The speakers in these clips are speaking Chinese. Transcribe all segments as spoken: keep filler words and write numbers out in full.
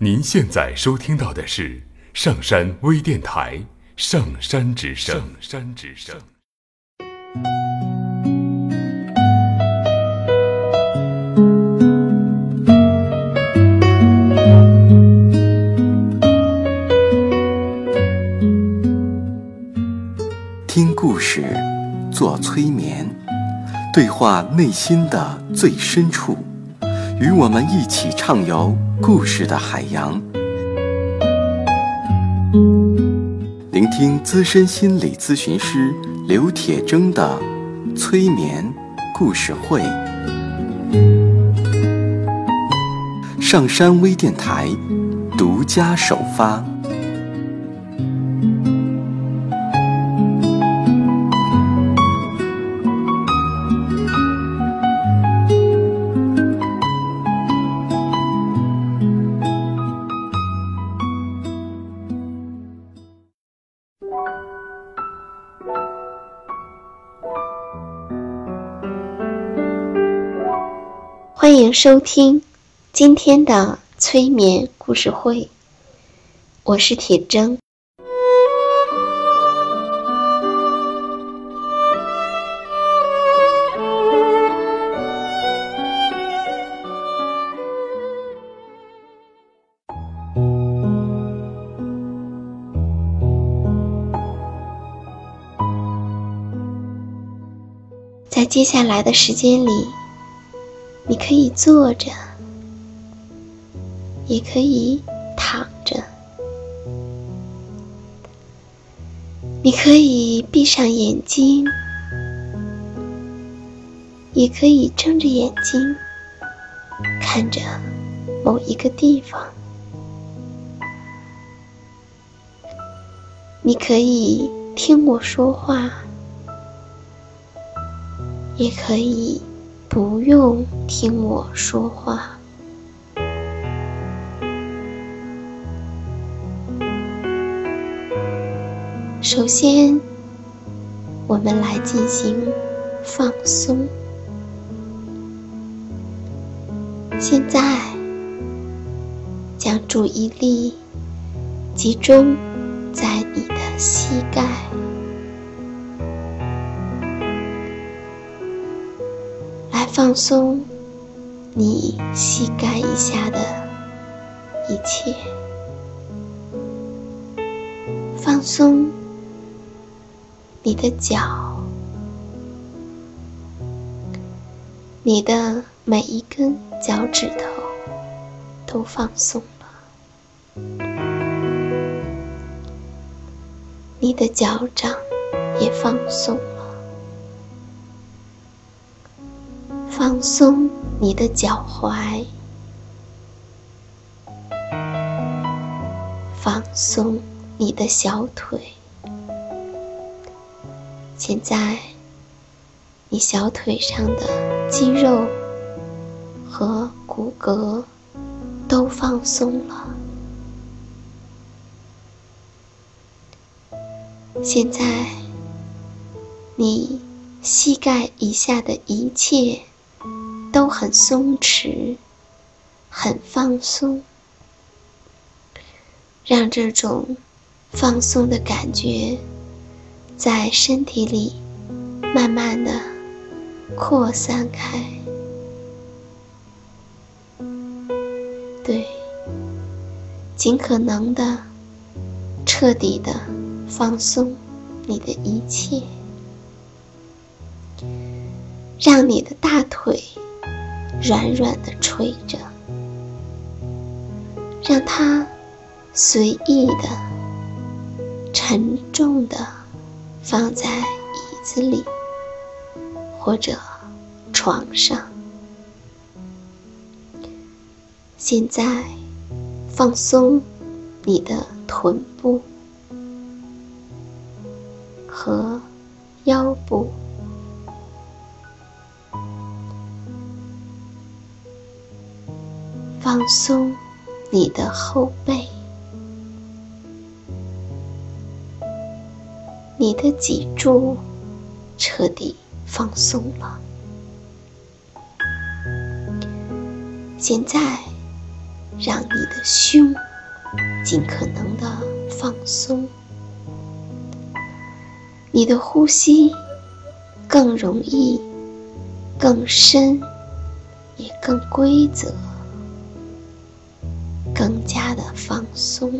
您现在收听到的是上山微电台《上山之声》。上山之声。 听故事，做催眠，对话内心的最深处，与我们一起畅游故事的海洋。聆听资深心理咨询师刘铁铮的催眠故事会。上山微电台独家首发。 欢迎收听今天的催眠故事会，我是铁铮。在接下来的时间里，你可以坐着，也可以躺着，你可以闭上眼睛，也可以睁着眼睛看着某一个地方。你可以听我说话，也可以不用听我说话。首先，我们来进行放松。现在，将注意力集中在你的膝盖。放松你膝盖以下的一切，放松你的脚，你的每一根脚趾头都放松了，你的脚掌也放松了。放松你的脚踝，放松你的小腿。现在，你小腿上的肌肉和骨骼都放松了。现在，你膝盖以下的一切都很松弛，很放松，让这种放松的感觉在身体里慢慢的扩散开。对，尽可能的彻底的放松你的一切，让你的大腿软软地垂着，让它随意的、沉重的放在椅子里或者床上。现在放松你的臀部和腰部，放松你的后背，你的脊柱彻底放松了。现在让你的胸尽可能的放松，你的呼吸更容易、更深，也更规则，更加的放松。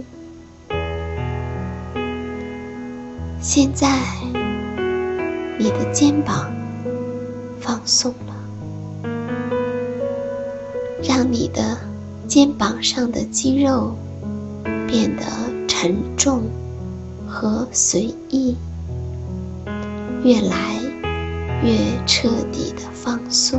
现在你的肩膀放松了，让你的肩膀上的肌肉变得沉重和随意，越来越彻底的放松。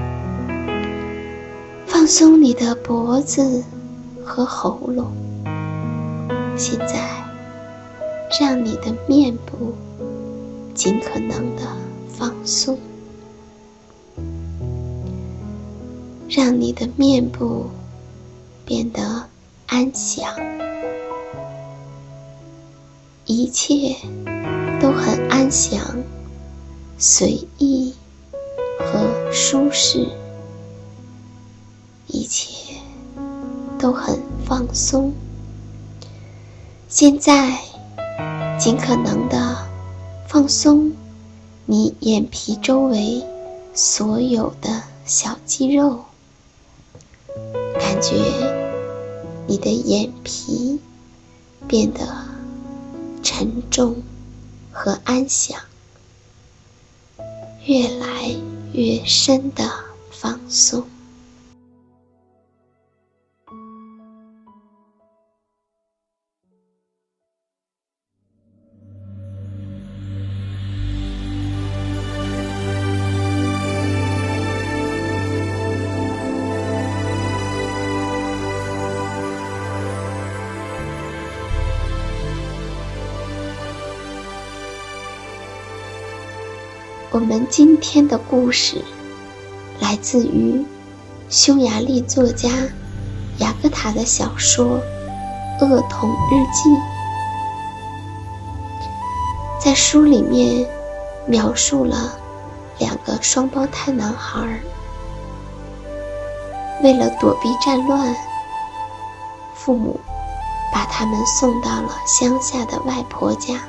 放松你的脖子和喉咙。现在让你的面部尽可能的放松，让你的面部变得安详，一切都很安详、随意和舒适，一切都很放松。现在尽可能的放松你眼皮周围所有的小肌肉，感觉你的眼皮变得沉重和安详，越来越深的放松。我们今天的故事来自于匈牙利作家雅各塔的小说《恶童日记》。在书里面描述了两个双胞胎男孩，为了躲避战乱，父母把他们送到了乡下的外婆家。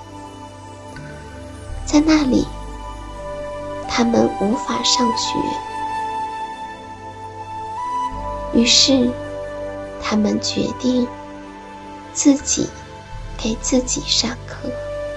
在那里他们无法上学，于是他们决定自己给自己上课。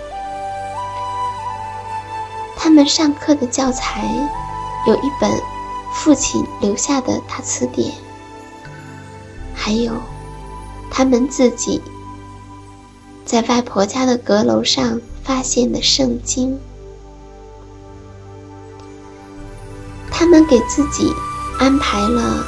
他们上课的教材有一本父亲留下的大词典，还有他们自己在外婆家的阁楼上发现的圣经。他们给自己安排了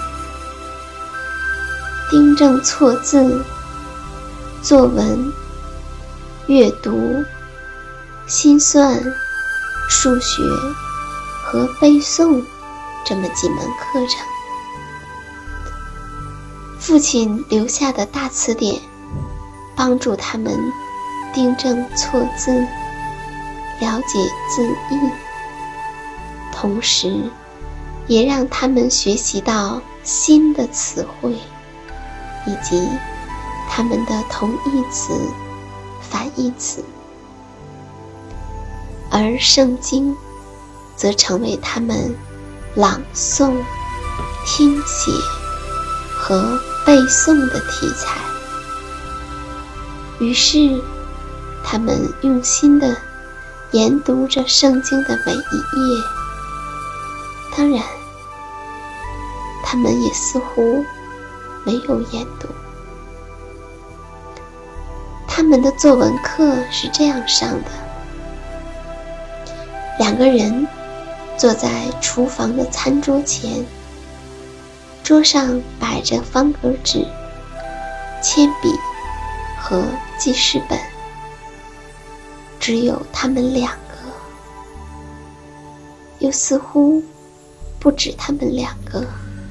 订正错字、作文、阅读、心算、数学和背诵这么几门课程。父亲留下的大词典帮助他们订正错字，了解字义，同时也让他们学习到新的词汇，以及他们的同义词、反义词。而圣经则成为他们朗诵、听写和背诵的题材。于是他们用心地研读着圣经的每一页，当然他们也似乎没有研读。他们的作文课是这样上的：两个人坐在厨房的餐桌前，桌上摆着方格纸、铅笔和记事本，只有他们两个，又似乎不止他们两个。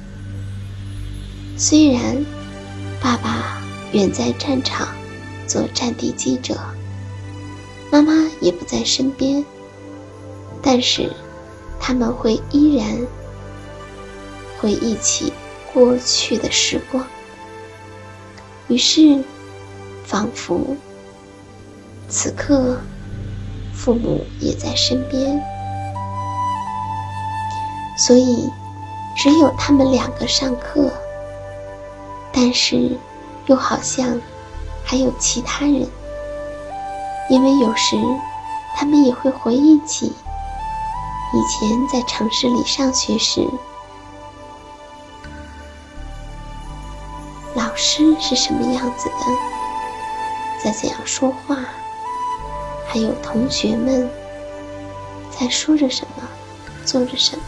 虽然爸爸远在战场做战地记者，妈妈也不在身边，但是他们会依然回忆起过去的时光。于是仿佛此刻父母也在身边，所以只有他们两个上课，但是又好像还有其他人，因为有时他们也会回忆起以前在城市里上学时，老师是什么样子的，在怎样说话，还有同学们在说着什么，做着什么。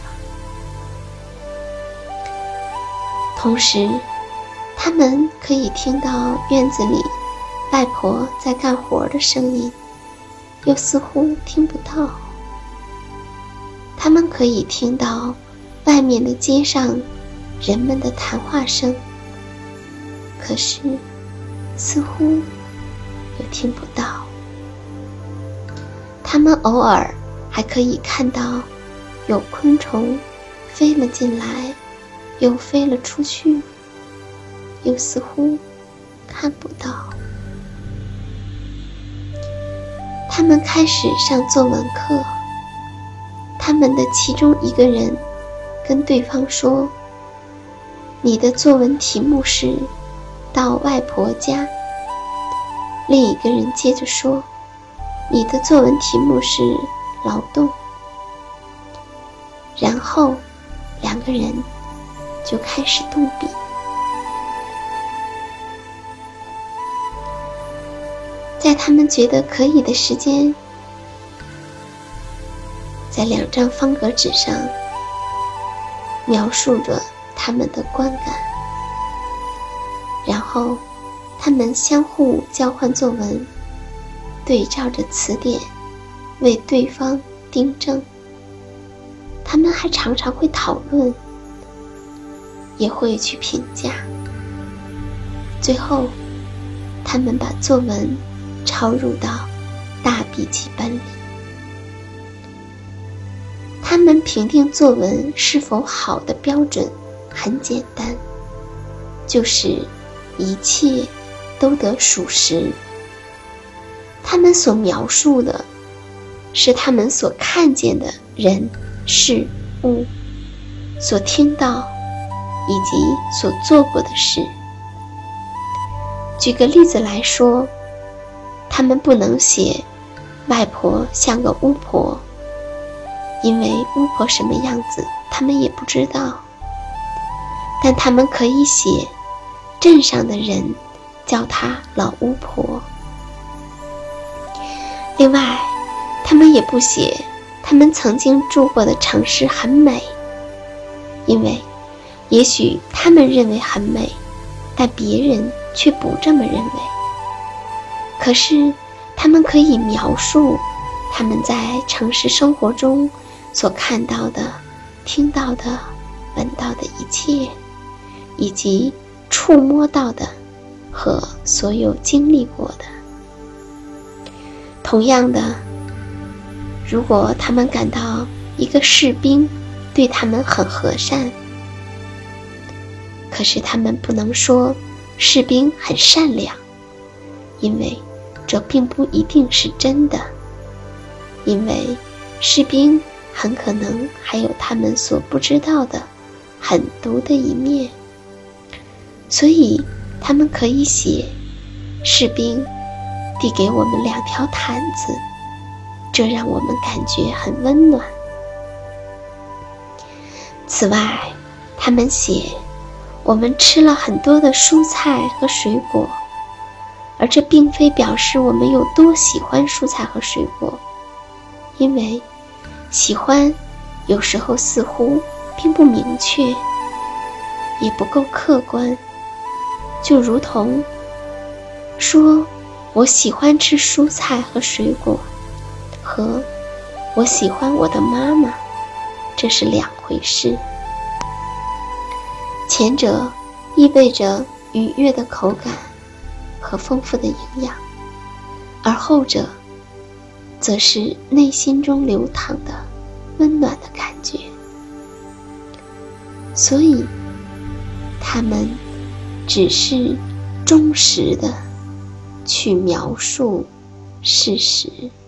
同时他们可以听到院子里外婆在干活的声音，又似乎听不到。他们可以听到外面的街上人们的谈话声，可是似乎又听不到。他们偶尔还可以看到有昆虫飞了进来，又飞了出去，又似乎看不到。他们开始上作文课，他们的其中一个人跟对方说，你的作文题目是到外婆家。另一个人接着说，你的作文题目是劳动。然后两个人就开始动笔。在他们觉得可以的时间，在两张方格纸上描述着他们的观感，然后他们相互交换作文，对照着词典为对方订正。他们还常常会讨论，也会去评价。最后他们把作文抄入到大笔记本里。他们评定作文是否好的标准很简单，就是一切都得属实。他们所描述的是他们所看见的人事物，所听到以及所做过的事。举个例子来说，他们不能写外婆像个巫婆，因为巫婆什么样子他们也不知道，但他们可以写镇上的人叫她老巫婆。另外他们也不写他们曾经住过的城市很美，因为也许他们认为很美，但别人却不这么认为。可是他们可以描述他们在城市生活中所看到的、听到的、闻到的一切，以及触摸到的和所有经历过的。同样的，如果他们感到一个士兵对他们很和善，可是他们不能说士兵很善良，因为这并不一定是真的，因为士兵很可能还有他们所不知道的狠毒的一面。所以他们可以写，士兵递给我们两条毯子，这让我们感觉很温暖。此外，他们写，我们吃了很多的蔬菜和水果，而这并非表示我们有多喜欢蔬菜和水果，因为喜欢有时候似乎并不明确，也不够客观。就如同说我喜欢吃蔬菜和水果和我喜欢我的妈妈，这是两回事。前者意味着愉悦的口感和丰富的营养，而后者则是内心中流淌的温暖的感觉。所以他们只是忠实的去描述事实。